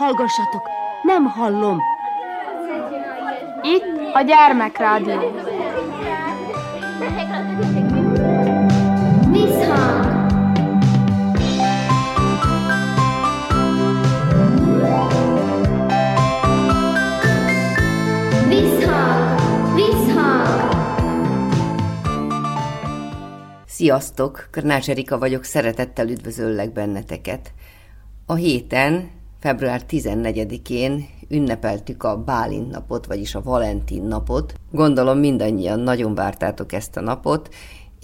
Hallgassatok, nem hallom. Itt a Gyermekrádió. Visszhang. Visszhang. Visszhang. Sziasztok! Körnács Erika vagyok, szeretettel üdvözöllek benneteket. A héten, február 14-én ünnepeltük a Bálint napot, vagyis a Valentin napot. Gondolom mindannyian nagyon vártátok ezt a napot,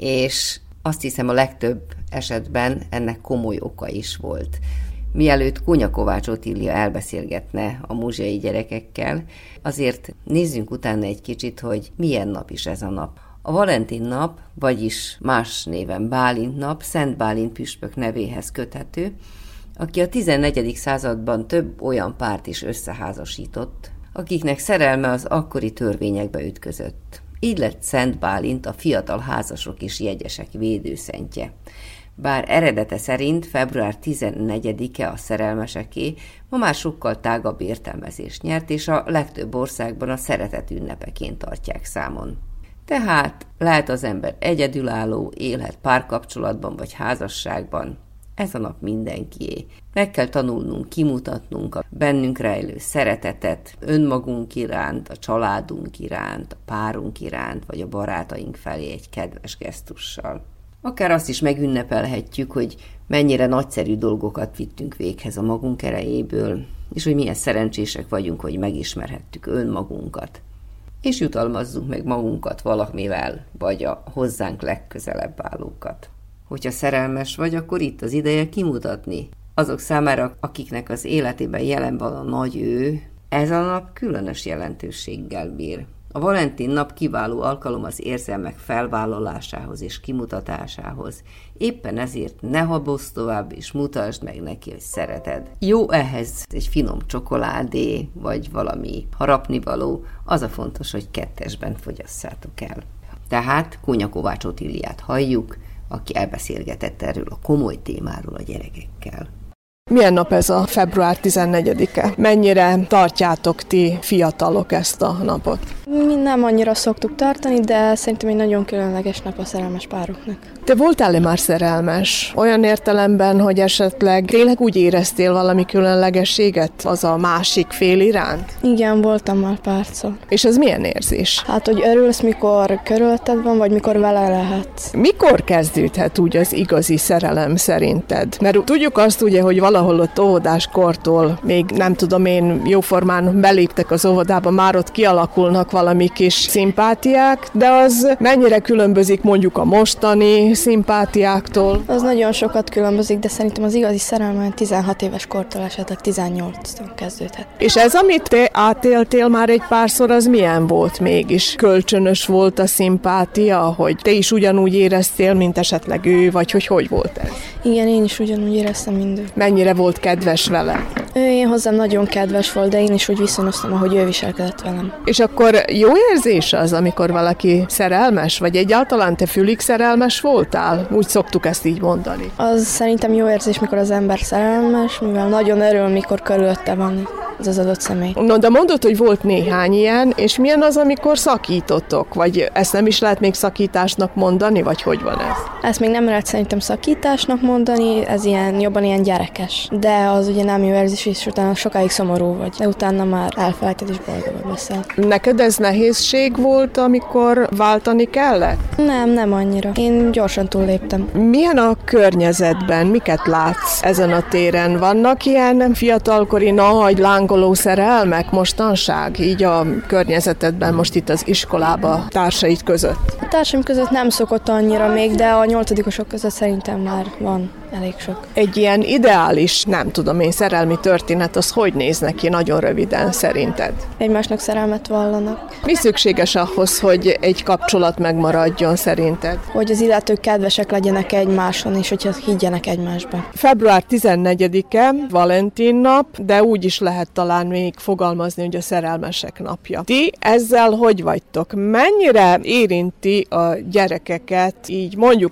és azt hiszem a legtöbb esetben ennek komoly oka is volt. Mielőtt Kónya Kovács Otília elbeszélgetne a muzsiai gyerekekkel, azért nézzünk utána egy kicsit, hogy milyen nap is ez a nap. A Valentin nap, vagyis más néven Bálint nap, Szent Bálint püspök nevéhez köthető, aki a 14. században több olyan párt is összeházasított, akiknek szerelme az akkori törvényekbe ütközött. Így lett Szent Bálint a fiatal házasok és jegyesek védőszentje. Bár eredete szerint február 14-e a szerelmeseké, ma már sokkal tágabb értelmezést nyert, és a legtöbb országban a szeretet ünnepeként tartják számon. Tehát lehet az ember egyedülálló, élhet párkapcsolatban vagy házasságban. Ez a nap mindenkié. Meg kell tanulnunk, kimutatnunk a bennünk rejlő szeretetet önmagunk iránt, a családunk iránt, a párunk iránt, vagy a barátaink felé egy kedves gesztussal. Akár azt is megünnepelhetjük, hogy mennyire nagyszerű dolgokat vittünk véghez a magunk erejéből, és hogy milyen szerencsések vagyunk, hogy megismerhettük önmagunkat. És jutalmazzunk meg magunkat valamivel, vagy a hozzánk legközelebb állókat. Hogyha szerelmes vagy, akkor itt az ideje kimutatni. Azok számára, akiknek az életében jelen van a nagy ő, ez a nap különös jelentőséggel bír. A Valentin nap kiváló alkalom az érzelmek felvállalásához és kimutatásához. Éppen ezért ne habozz tovább, és mutasd meg neki, hogy szereted. Jó ehhez egy finom csokoládé, vagy valami harapnivaló, az a fontos, hogy kettesben fogyasszátok el. Tehát Kónya Kovács Otíliát halljuk, aki elbeszélgetett erről a komoly témáról a gyerekekkel. Milyen nap ez a február 14-e? Mennyire tartjátok ti fiatalok ezt a napot? Mi nem annyira szoktuk tartani, de szerintem egy nagyon különleges nap a szerelmes pároknak. Te voltál-e már szerelmes? Olyan értelemben, hogy esetleg tényleg úgy éreztél valami különlegességet az a másik fél iránt? Igen, voltam már párszor. És ez milyen érzés? Hát, hogy örülsz, mikor körülötted van, vagy mikor vele lehetsz. Mikor kezdődhet úgy az igazi szerelem szerinted? Mert tudjuk azt ugye, hogy valahol ott óvodás kortól, még nem tudom én, jóformán beléptek az óvodába, már ott kialakulnak valami kis szimpátiák, de az mennyire különbözik mondjuk a mostani szimpátiáktól? Az nagyon sokat különbözik, de szerintem az igazi szerelem 16 éves kortól, esetleg 18-tól kezdődhet. És ez, amit te átéltél már egy párszor, az milyen volt mégis? Kölcsönös volt a szimpátia, hogy te is ugyanúgy éreztél, mint esetleg ő, vagy hogy volt ez? Igen, én is ugyanúgy éreztem, mint ő. Mennyire volt kedves vele? Én hozzám nagyon kedves volt, de én is úgy viszonyoztam, ahogy ő viselkedett velem. És akkor jó érzés az, amikor valaki szerelmes, vagy egyáltalán te fülig szerelmes voltál? Úgy szoktuk ezt így mondani. Az szerintem jó érzés, mikor az ember szerelmes, mivel nagyon örül, mikor körülötte van az adott személy. No, de mondod, hogy volt néhány ilyen, és milyen az, amikor szakítottok? Vagy ezt nem is lehet még szakításnak mondani, vagy hogy van ez? Ezt még nem lehet szerintem szakításnak mondani, ez jobban ilyen gyerekes. De az ugye nem jó érzés, és utána sokáig szomorú vagy, de utána már elfelejted és boldogod leszel. Neked ez nehézség volt, amikor váltani kellett? Nem annyira. Én gyorsan túlléptem. Milyen a környezetben? Miket látsz ezen a téren? Vannak ilyen fiatalkori nagy lángoló szerelmek mostanság, így a környezetedben, most itt az iskolába társaid között? A társaim között nem szokott annyira még, de a 8-osok között szerintem már van elég sok. Egy ilyen ideális, nem tudom én, szerelmi történet, az hogy néz neki nagyon röviden szerinted? Egymásnak szerelmet vallanak. Mi szükséges ahhoz, hogy egy kapcsolat megmaradjon szerinted? Hogy az illetők kedvesek legyenek egymáson, és hogyha higgyenek egymásba. Február 14-e, Valentin nap, de úgy is lehet talán még fogalmazni, hogy a szerelmesek napja. Ti ezzel hogy vagytok? Mennyire érinti a gyerekeket, így mondjuk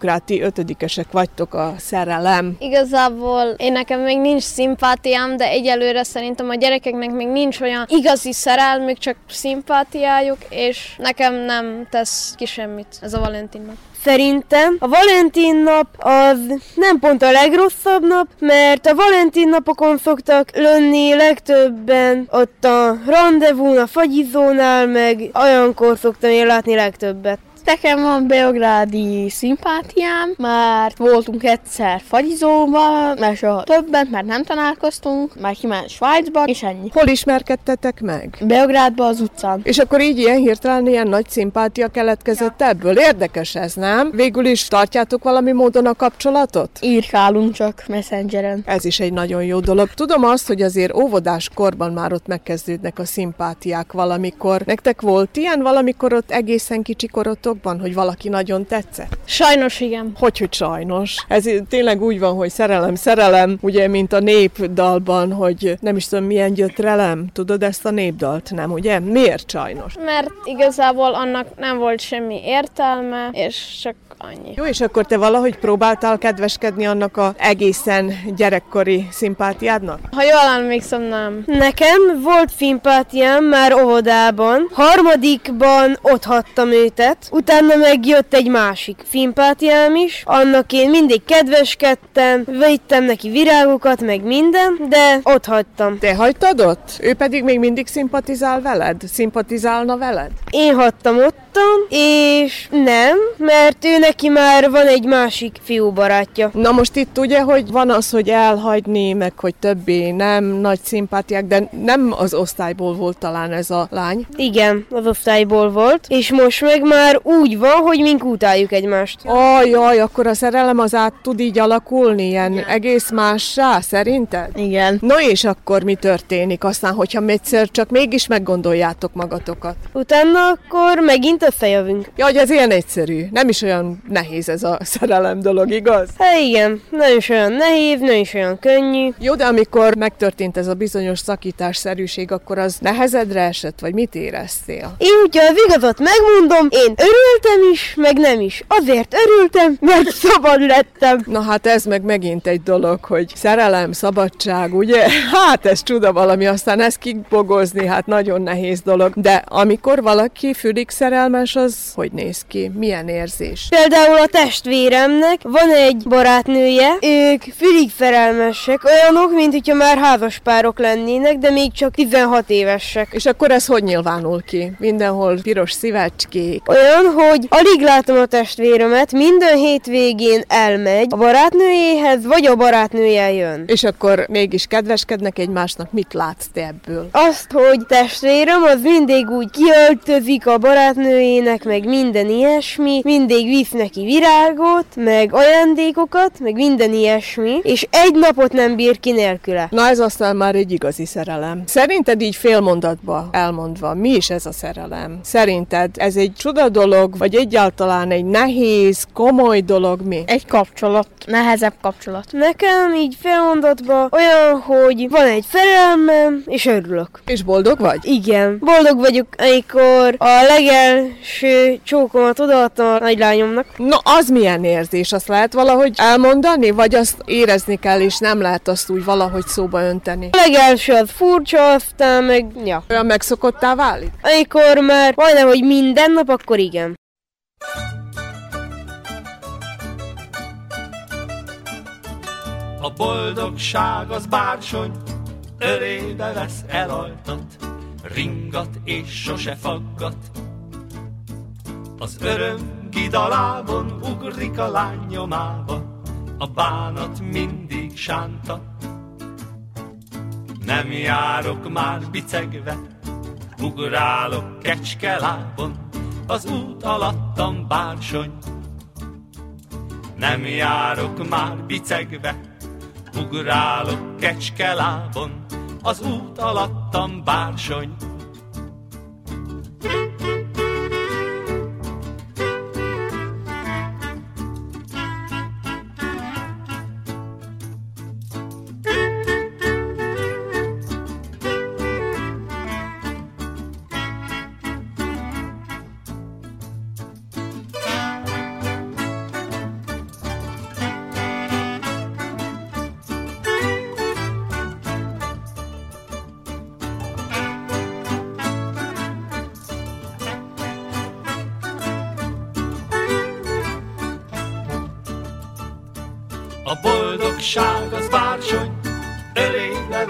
Ti 5-esek vagytok, a szerelem. Igazából én nekem még nincs szimpátiám, de egyelőre szerintem a gyerekeknek még nincs olyan igazi szerelmük, csak szimpátiájuk, és nekem nem tesz ki semmit ez a Valentin nap. Szerintem a Valentin nap az nem pont a legrosszabb nap, mert a Valentin napokon szoktak lenni legtöbben ott a rendezvún, a fagyizónál, meg olyankor szoktam én látni legtöbbet. Nekem van beográdi szimpátiám, mert voltunk egyszer fagyizóban, mert a többen, mert nem találkoztunk, már kiment Svájcba, és ennyi. Hol ismerkedtetek meg? Beográdban az utcán. És akkor így ilyen hirtelen ilyen nagy szimpátia keletkezett ebből. Érdekes ez, nem? Végül is tartjátok valami módon a kapcsolatot? Írkálunk csak Messengeren. Ez is egy nagyon jó dolog. Tudom azt, hogy azért óvodás korban már ott megkezdődnek a szimpátiák valamikor. Nektek volt ilyen valamikor ott egészen kicsi korotokban, hogy valaki nagyon tetszett? Sajnos igen. Hogy sajnos? Ez tényleg úgy van, hogy szerelem, ugye, mint a népdalban, hogy nem is tudom milyen gyötrelem. Tudod ezt a népdalt, nem ugye? Miért sajnos? Mert igazából annak nem volt semmi értelme, és csak annyi. Jó, és akkor te valahogy próbáltál kedveskedni annak a egészen gyerekkori szimpátiádnak? Ha jól emlékszem, nem. Nekem volt szimpátiám már óvodában, harmadikban otthagytam őtet, utána megjött egy másik szimpátiám is, annak én mindig kedveskedtem, vittem neki virágokat, meg minden, de otthagytam. Te hagytad ott? Ő pedig még mindig szimpatizál veled? Szimpatizálna veled? Én hagytam ottan, és nem, mert ő neki már van egy másik fiú barátja. Na most itt ugye, hogy van az, hogy elhagyni, meg hogy többé nem nagy szimpátiák, de nem az osztályból volt talán ez a lány? Igen, az osztályból volt, és most meg már úgy van, hogy mink utáljuk egymást. Jaj, akkor a szerelem az át tud így alakulni, ilyen egész mássá, szerinted? Igen. No és akkor mi történik aztán, hogyha egyszer csak mégis meggondoljátok magatokat? Utána akkor megint összejövünk. Ja, hogy ez ilyen egyszerű, nem is olyan nehéz ez a szerelem dolog, igaz? Hát igen, nem is olyan nehéz, nem is olyan könnyű. Jó, de amikor megtörtént ez a bizonyos szakításszerűség, akkor az nehezedre esett, vagy mit éreztél? Én, hogyha az igazat megmondom, én örültem is, meg nem is. Azért örültem, mert szabad lettem. Na hát ez meg megint egy dolog, hogy szerelem, szabadság, ugye? Hát ez csuda valami, aztán ezt kibogozni, hát nagyon nehéz dolog. De amikor valaki fülig szerelmes, az hogy néz ki? Milyen érzés? Például a testvéremnek van egy barátnője, ők fülig szerelmesek, olyanok, mint hogyha már házaspárok lennének, de még csak 16 évesek. És akkor ez hogy nyilvánul ki? Mindenhol piros szívecskék. Olyan, hogy alig látom a testvéremet, minden hétvégén elmegy a barátnőjéhez, vagy a barátnője jön. És akkor mégis kedveskednek egymásnak, mit látsz te ebből? Azt, hogy testvérem az mindig úgy kiöltözik a barátnőjének, meg minden ilyesmi, mindig visz neki virágot, meg ajándékokat, meg minden ilyesmi, és egy napot nem bír ki nélküle. Na ez aztán már egy igazi szerelem. Szerinted így félmondatba elmondva, mi is ez a szerelem? Szerinted ez egy csuda dolog, vagy egyáltalán egy nehéz, komoly dolog, mi? Egy kapcsolat, nehezebb kapcsolat. Nekem így félmondatban olyan, hogy van egy szerelmem, és örülök. És boldog vagy? Igen. Boldog vagyok, amikor a legelső csókomat odaadtam a nagylányomnak. No, az milyen érzés? Azt lehet valahogy elmondani, vagy azt érezni kell, és nem lehet azt úgy valahogy szóba önteni? A legelső az furcsa, aztán meg, ja. Olyan megszokottá válik? Amikor már majdnem, hogy minden nap, akkor igen. A boldogság az bársony, ölébe vesz elaltat, ringat és sose faggat. Az öröm gidalábon ugrik a lány nyomába, a bánat mindig sánta. Nem járok már bicegve, ugrálok kecskelábon, az út alattam bársony. Nem járok már bicegve, ugrálok kecskelábon, az út alattam bársony.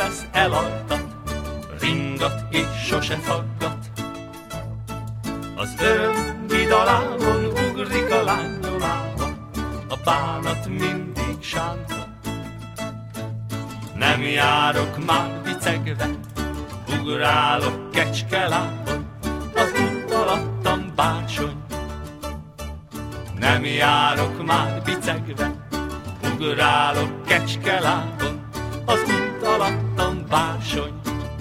vesz eladtat, ringat és sose faggat. Az öröm vidalámon ugrik a lány nyomába, a bánat mindig sánta. Nem járok már bicegve, ugrálok kecskelábon, az út alattam bársony. Nem járok már bicegve, ugrálok kecskelábon, az út alattam bársony.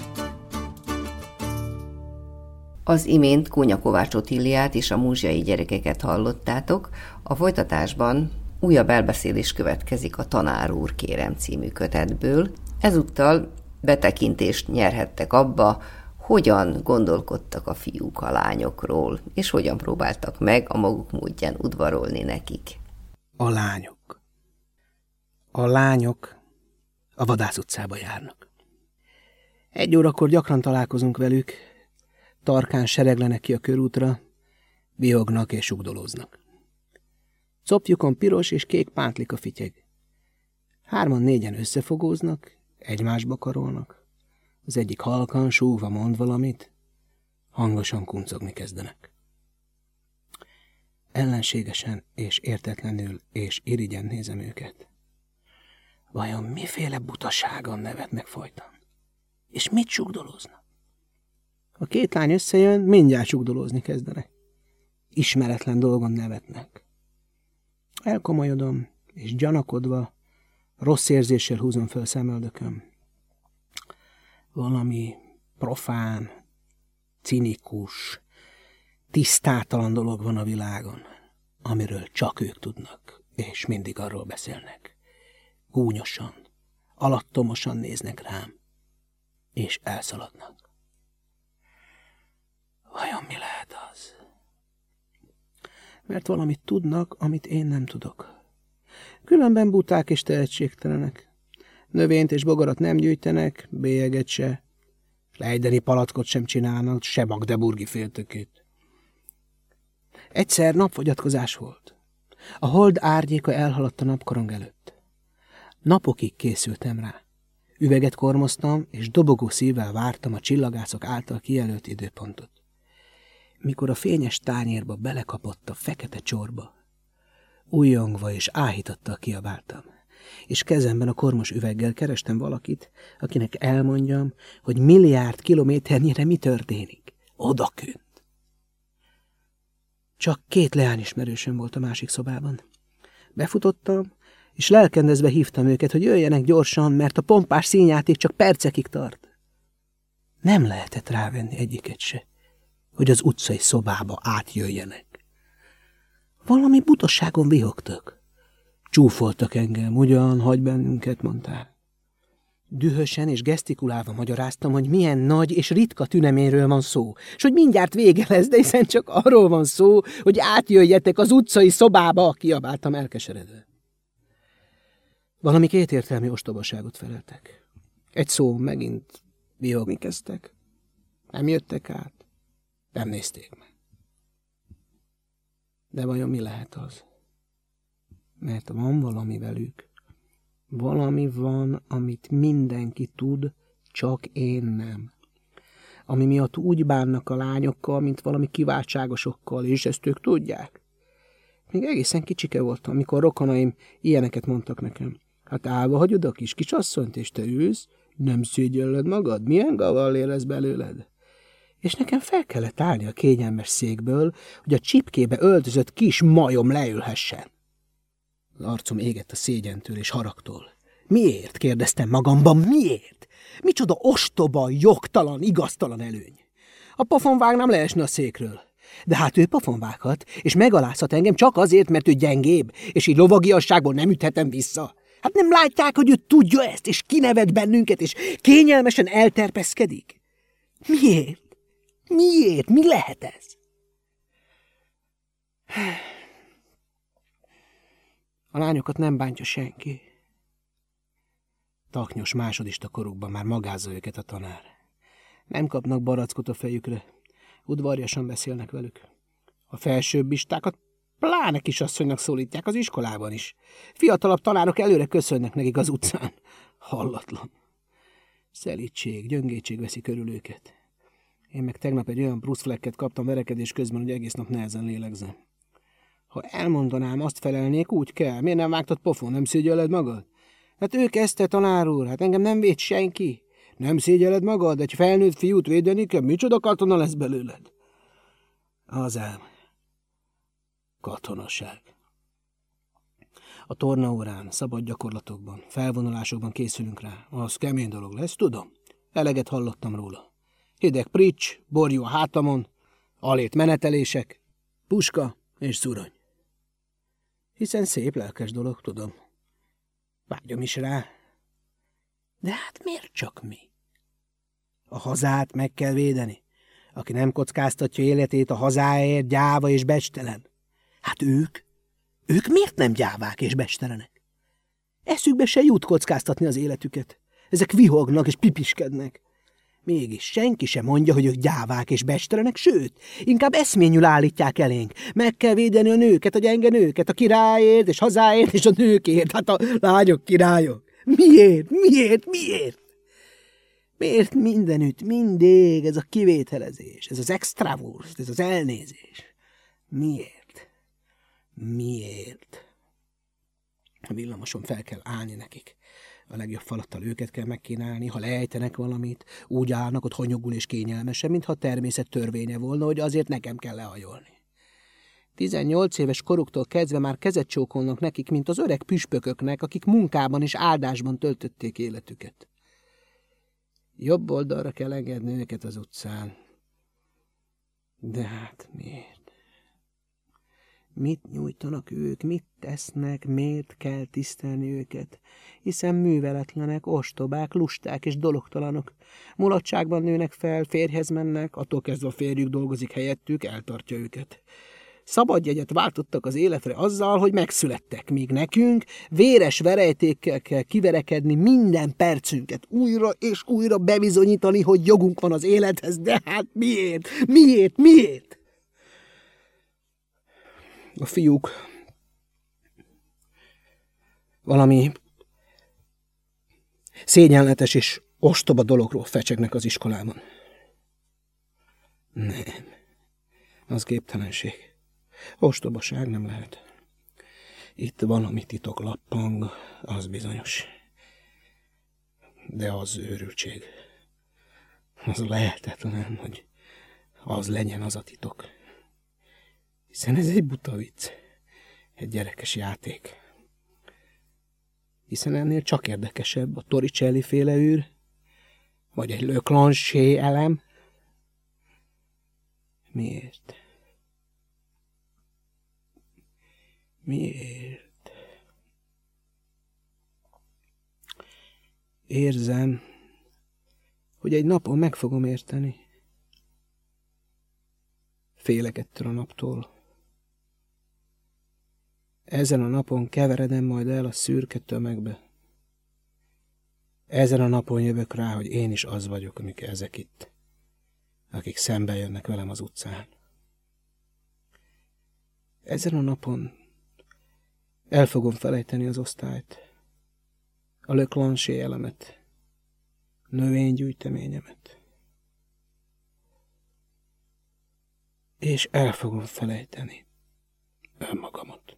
Az imént Kónya Kovács Otíliát és a múzsiai gyerekeket hallottátok, a folytatásban újabb elbeszélés következik a Tanár úr, kérem című kötetből. Ezúttal betekintést nyerhettek abba, hogyan gondolkodtak a fiúk a lányokról, és hogyan próbáltak meg a maguk módján udvarolni nekik. A lányok. A lányok a Vadász utcába járnak. 1 órakor gyakran találkozunk velük, tarkán sereglenek ki a körútra, vihognak és ugdolóznak. Copjukon piros és kék pántlika fityeg. 3-4-en összefogóznak, egymásba karolnak. Az egyik halkan, súgva mond valamit, hangosan kuncogni kezdenek. Ellenségesen és értetlenül és irigyen nézem őket. Vajon miféle butaságon nevetnek folyton? És mit sugdolóznak? A 2 lány összejön, mindjárt sugdolózni kezdenek. Ismeretlen dolgon nevetnek. Elkomolyodom, és gyanakodva, rossz érzéssel húzom föl szemöldököm. Valami profán, cinikus, tisztátalan dolog van a világon, amiről csak ők tudnak, és mindig arról beszélnek. Gúnyosan, alattomosan néznek rám, és elszaladnak. Vajon mi lehet az? Mert valamit tudnak, amit én nem tudok. Különben buták és tehetségtelenek. Növényt és bogarat nem gyűjtenek, bélyeget se. Lejdeni palackot sem csinálnak, se magdeburgi féltökét. Egyszer napfogyatkozás volt. A hold árnyéka elhaladt a napkorong előtt. Napokig készültem rá. Üveget kormoztam, és dobogó szívvel vártam a csillagászok által kijelölt időpontot. Mikor a fényes tányérba belekapott a fekete csorba, újjongva és áhítattal kiabáltam, és kezemben a kormos üveggel kerestem valakit, akinek elmondjam, hogy milliárd kilométernyire mi történik. Odakünt. Csak 2 leányismerősöm volt a másik szobában. Befutottam, és lelkendezve hívtam őket, hogy jöjjenek gyorsan, mert a pompás színjáték csak percekig tart. Nem lehetett rávenni egyiket se, hogy az utcai szobába átjöjjenek. Valami butaságon vihogtak. Csúfoltak engem, ugyan, hagy bennünket, mondták. Dühösen és gesztikulálva magyaráztam, hogy milyen nagy és ritka tüneméről van szó, és hogy mindjárt vége lesz, de hiszen csak arról van szó, hogy átjöjjetek az utcai szobába, kiabáltam elkeseredve. Valami kétértelmű ostobaságot feleltek. Egy szó megint vihogni kezdtek. Nem jöttek át, nem nézték meg. De vajon mi lehet az? Mert van valami velük. Valami van, amit mindenki tud, csak én nem. Ami miatt úgy bánnak a lányokkal, mint valami kiváltságosokkal, és ezt ők tudják. Még egészen kicsike voltam, amikor rokonaim ilyeneket mondtak nekem. Hát állva hagyod a kis kisasszonyt, és te ülsz, nem szégyelled magad, milyen gavallér lesz belőled? És nekem fel kellett állni a kényelmes székből, hogy a csipkébe öltözött kis majom leülhessen. Az arcom égett a szégyentől és haragtól. Miért? Kérdeztem magamban, miért? Micsoda ostoba, jogtalan, igaztalan előny. A pofon vágnám leesni a székről. De hát ő pofonvághat, és megalázhat engem csak azért, mert ő gyengébb, és így lovagiasságból nem üthetem vissza. Hát nem látják, hogy ő tudja ezt, és kinevet bennünket, és kényelmesen elterpeszkedik? Miért? Miért? Mi lehet ez? A lányokat nem bántja senki. Taknyos másodista korukban már magázza őket a tanár. Nem kapnak barackot a fejükre. Udvarjasan beszélnek velük. A felsőbbistákat pláne kisasszonynak szólítják az iskolában is. Fiatalabb tanárok előre köszönnek nekik az utcán. Hallatlan. Szelídség, gyöngétség veszi körül őket. Én meg tegnap egy olyan bruszflekket kaptam verekedés közben, hogy egész nap nehezen lélegzem. Ha elmondanám, azt felelnék, úgy kell. Miért nem vágtad pofon, nem szégyelled magad? Hát ő kezdte, tanár úr, hát engem nem véd senki. Nem szégyelled magad, egy felnőtt fiút védeni kell, micsoda katona lesz belőled? Az ám. Katonaság. A tornaórán, szabad gyakorlatokban, felvonulásokban készülünk rá. Az kemény dolog lesz, tudom. Eleget hallottam róla. Hideg prics, borjú a hátamon, alét menetelések, puska és szurony. Hiszen szép, lelkes dolog, tudom. Vágyom is rá. De hát miért csak mi? A hazát meg kell védeni. Aki nem kockáztatja életét a hazáért, gyáva és becstelen. Hát ők miért nem gyávák és becstelenek? Eszükbe se jut kockáztatni az életüket. Ezek vihognak és pipiskednek. Mégis senki sem mondja, hogy ők gyávák és becstelenek, sőt, inkább eszményül állítják elénk. Meg kell védeni a nőket, a gyenge nőket, a királyért és hazáért és a nőkért, hát a lányok királyok. Miért? Miért mindenütt, mindig ez a kivételezés, ez az extravurst, ez az elnézés? Miért? A villamoson fel kell állni nekik. A legjobb falattal őket kell megkínálni, ha leejtenek valamit, úgy állnak ott hanyagul és kényelmesen, mintha a természet törvénye volna, hogy azért nekem kell lehajolni. 18 éves koruktól kezdve már kezet csókolnak nekik, mint az öreg püspököknek, akik munkában és áldásban töltötték életüket. Jobb oldalra kell engedni őket az utcán. De hát miért? Mit nyújtanak ők, mit tesznek, miért kell tisztelni őket? Hiszen műveletlenek, ostobák, lusták és dologtalanok. Mulatságban nőnek fel, férjhez mennek, attól kezdve a férjük dolgozik helyettük, eltartja őket. Szabadjegyet váltottak az életre azzal, hogy megszülettek, míg nekünk véres verejtékkel kell kiverekedni minden percünket, újra és újra bebizonyítani, hogy jogunk van az élethez, de hát miért? A fiúk valami szégyenletes és ostoba dologról fecsegnek az iskolában. Nem, az képtelenség. Ostobaság nem lehet. Itt valami titok lappang, az bizonyos. De az őrültség. Az lehetetlen, hogy az legyen az a titok. Hiszen ez egy buta vicc, egy gyerekes játék. Hiszen ennél csak érdekesebb a Torricelli féle űr, vagy egy Leclanché elem. Miért? Érzem, hogy egy napon meg fogom érteni. Félek ettől a naptól. Ezen a napon keveredem majd el a szürke tömegbe. Ezen a napon jövök rá, hogy én is az vagyok, amik ezek itt, akik szembe jönnek velem az utcán. Ezen a napon el fogom felejteni az osztályt, a Leclanché elemet, növénygyűjteményemet. És el fogom felejteni önmagamat.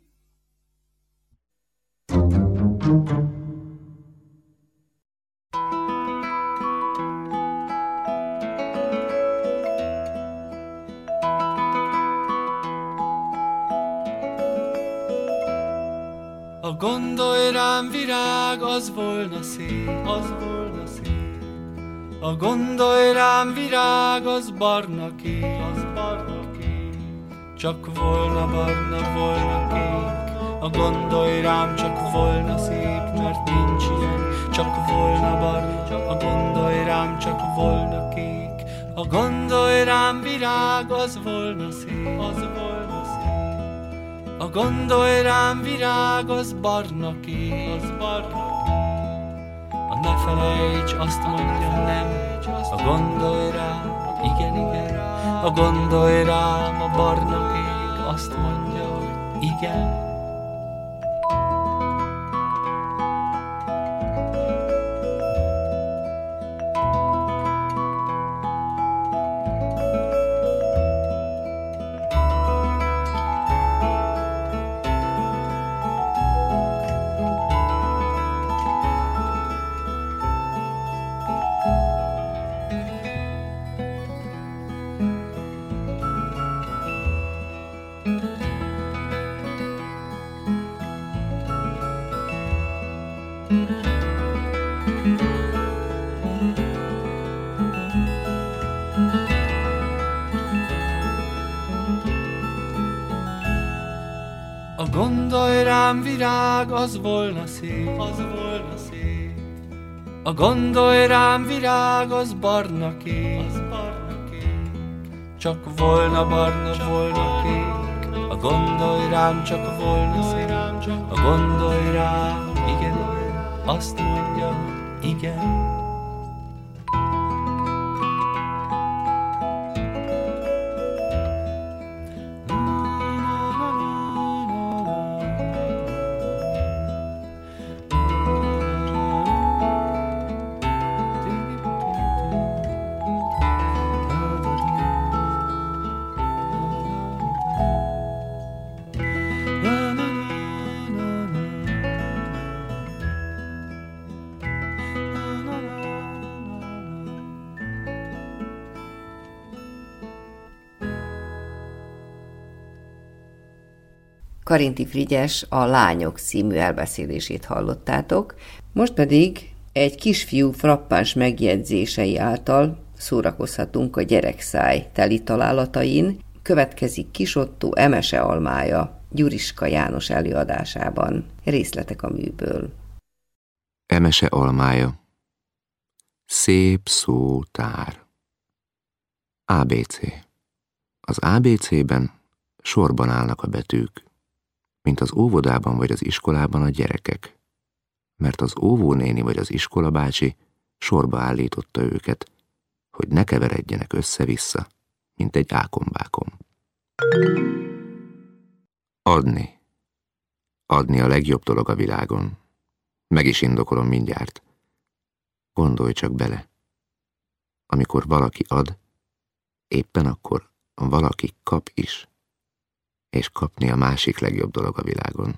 A gondolj rám virág, az volna szép, A gondolj rám virág, az barna kék, Csak volna barna, volna kék. A gondolj rám, csak volna szép, mert nincs ilyen. Csak volna barna, a gondolj rám, csak volna kék. A gondolj rám virág, az volna szép, A gondolj rám virág, az barna kék, A ne felejts, azt mondja nem. A gondolj rám, igen, a gondolj rám, a barna kék, azt mondja, hogy igen. rám virág, az volna szép, az volna szép. A gondolj rám virág, az barna kék, az barna kék. Csak volna barna, volna kék. A gondolj rám, csak volna szép. A gondolj rám, igen, azt mondja, igen. Karinti Frigyes a Lányok című elbeszélését hallottátok, most pedig egy kisfiú frappáns megjegyzései által szórakozhatunk a gyerekszáj teli találatain. Következik Kis Ottó Emese almája Gyuriska János előadásában. Részletek a műből. Emese almája. Szép szótár. ABC. Az ABC-ben sorban állnak a betűk, mint az óvodában vagy az iskolában a gyerekek, mert az óvónéni vagy az iskolabácsi sorba állította őket, hogy ne keveredjenek össze-vissza, mint egy ákombákom. Adni. Adni a legjobb dolog a világon. Meg is indokolom mindjárt. Gondolj csak bele. Amikor valaki ad, éppen akkor valaki kap is. És kapni a másik legjobb dolog a világon.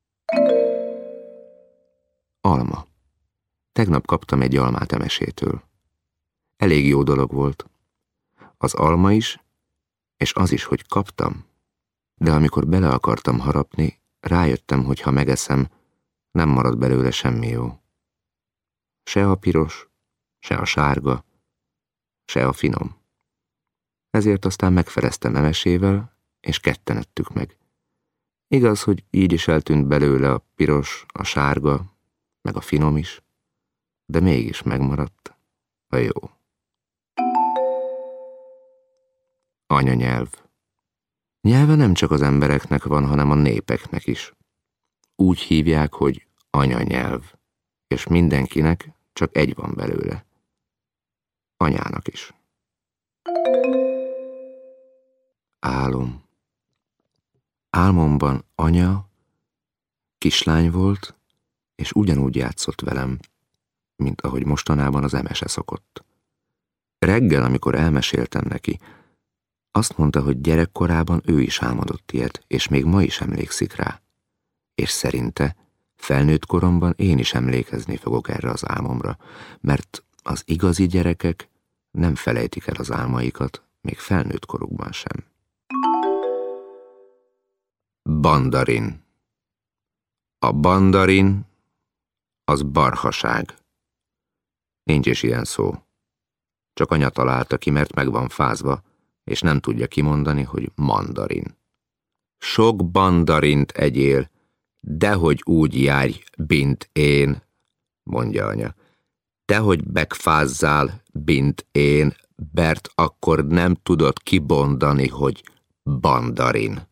Alma. Tegnap kaptam egy almát Emesétől. Elég jó dolog volt. Az alma is, és az is, hogy kaptam. De amikor bele akartam harapni, rájöttem, hogy ha megeszem, nem marad belőle semmi jó. Se a piros, se a sárga, se a finom. Ezért aztán megfereztem Emesével, és ketten ettük meg. Igaz, hogy így is eltűnt belőle a piros, a sárga, meg a finom is, de mégis megmaradt a jó. Anyanyelv. Nyelve nem csak az embereknek van, hanem a népeknek is. Úgy hívják, hogy anyanyelv, és mindenkinek csak egy van belőle. Anyának is. Álom. Álmomban anya kislány volt, és ugyanúgy játszott velem, mint ahogy mostanában az Emese szokott. Reggel, amikor elmeséltem neki, azt mondta, hogy gyerekkorában ő is álmodott ilyet, és még ma is emlékszik rá. És szerinte felnőtt koromban én is emlékezni fogok erre az álmomra, mert az igazi gyerekek nem felejtik el az álmaikat, még felnőtt korukban sem. Bandarin. A bandarin az barhaság. Nincs is ilyen szó. Csak anya találta ki, mert meg van fázva, és nem tudja kimondani, hogy mandarin. Sok bandarint egyél, dehogy úgy járj, bint én, mondja anya. Dehogy megfázzál, bint én, mert akkor nem tudod kibondani, hogy bandarin.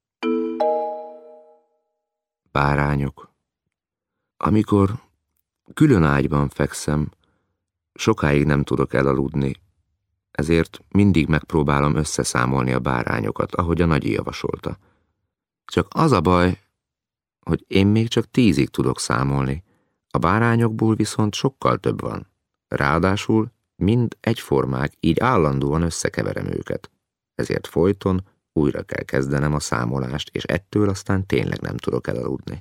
Bárányok. Amikor külön ágyban fekszem, sokáig nem tudok elaludni, ezért mindig megpróbálom összeszámolni a bárányokat, ahogy a nagyi javasolta. Csak az a baj, hogy én még csak 10-ig tudok számolni, a bárányokból viszont sokkal több van. Ráadásul mind egyformák, így állandóan összekeverem őket. Ezért folyton újra kell kezdenem a számolást, és ettől aztán tényleg nem tudok elaludni.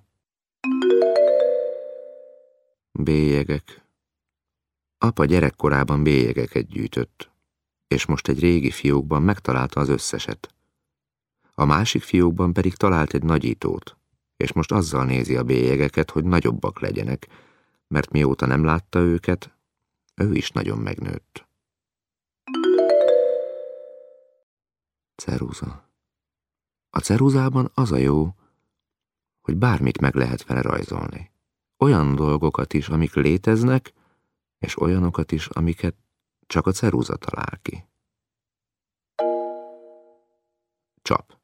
Bélyegek. Apa gyerekkorában bélyegeket gyűjtött, és most egy régi fiókban megtalálta az összeset. A másik fiókban pedig talált egy nagyítót, és most azzal nézi a bélyegeket, hogy nagyobbak legyenek, mert mióta nem látta őket, ő is nagyon megnőtt. Ceruza. A ceruzában az a jó, hogy bármit meg lehet vele rajzolni. Olyan dolgokat is, amik léteznek, és olyanokat is, amiket csak a ceruza talál ki. Csap.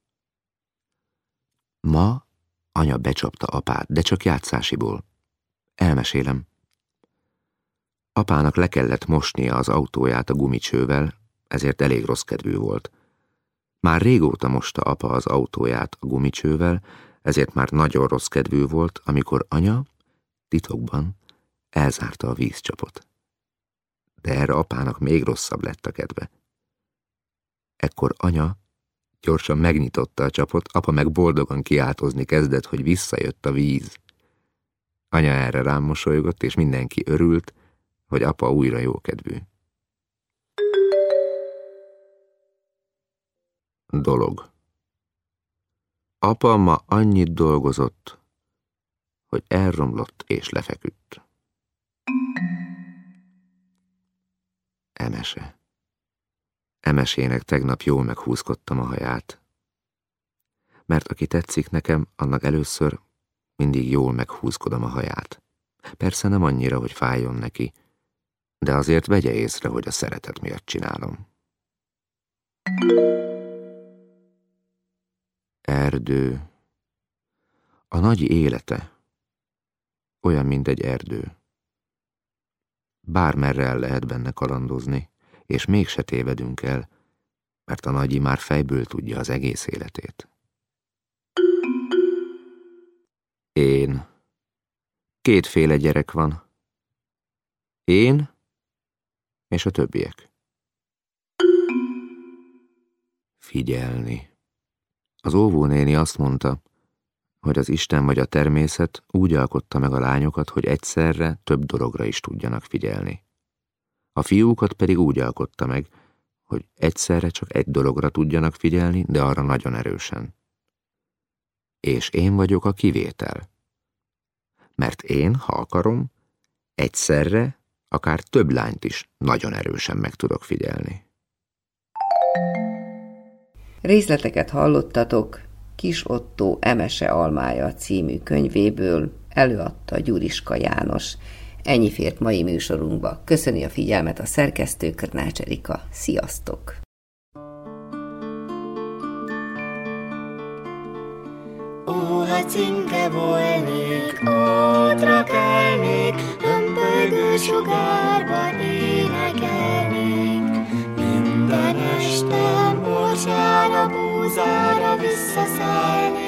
Ma anya becsapta apát, de csak játszásiból. Elmesélem. Apának le kellett mosnia az autóját a gumicsővel, ezért elég rossz kedvű volt. Már régóta mosta apa az autóját a gumicsővel, ezért már nagyon rossz kedvű volt, amikor anya titokban elzárta a vízcsapot. De erre apának még rosszabb lett a kedve. Ekkor anya gyorsan megnyitotta a csapot, apa meg boldogan kiáltozni kezdett, hogy visszajött a víz. Anya erre rám mosolygott, és mindenki örült, hogy apa újra jókedvű. Dolog. Apa ma annyit dolgozott, hogy elromlott és lefeküdt. Emese. Emesének tegnap jól meghúzkodtam a haját. Mert aki tetszik nekem, annak először mindig jól meghúzkodom a haját. Persze nem annyira, hogy fájjon neki, de azért vegye észre, hogy a szeretet miatt csinálom. Erdő. A nagy élete olyan, mint egy erdő. Bármerre el lehet benne kalandozni, és mégse tévedünk el, mert a nagyi már fejből tudja az egész életét. Én. Kétféle gyerek van. Én és a többiek. Figyelni. Az óvónéni azt mondta, hogy az Isten vagy a természet úgy alkotta meg a lányokat, hogy egyszerre több dologra is tudjanak figyelni. A fiúkat pedig úgy alkotta meg, hogy egyszerre csak egy dologra tudjanak figyelni, de arra nagyon erősen. És én vagyok a kivétel. Mert én, ha akarom, egyszerre akár több lányt is nagyon erősen meg tudok figyelni. Részleteket hallottatok Kis Ottó Emese almája című könyvéből, előadta Gyuriska János. Ennyi fért mai műsorunkba. Köszöni a figyelmet a szerkesztő, Körnács Erika. Sziasztok! Ó, ha cinke volnék, ótra kelnék, hömpölygő sugárban énekelnék. Minden este borsára, búzára visszaszállnék.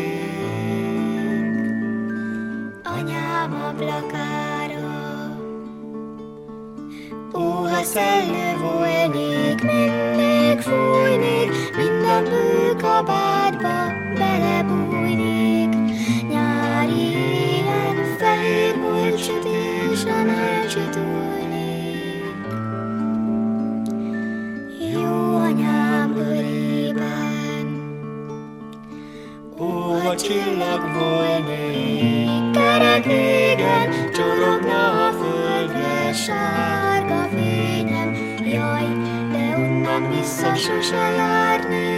Anyám ablakára. Ó, ha szellő volnék, mindig fújnék, minden bőkabátba belebújnék. Nyári élen fehér volt sütésen elcsitulnék. Jó anyám ölében. Ó, ha csillag volnék, kerek égen, csorogna a földre sárga fényem. Jaj, de onnan vissza sose járnék.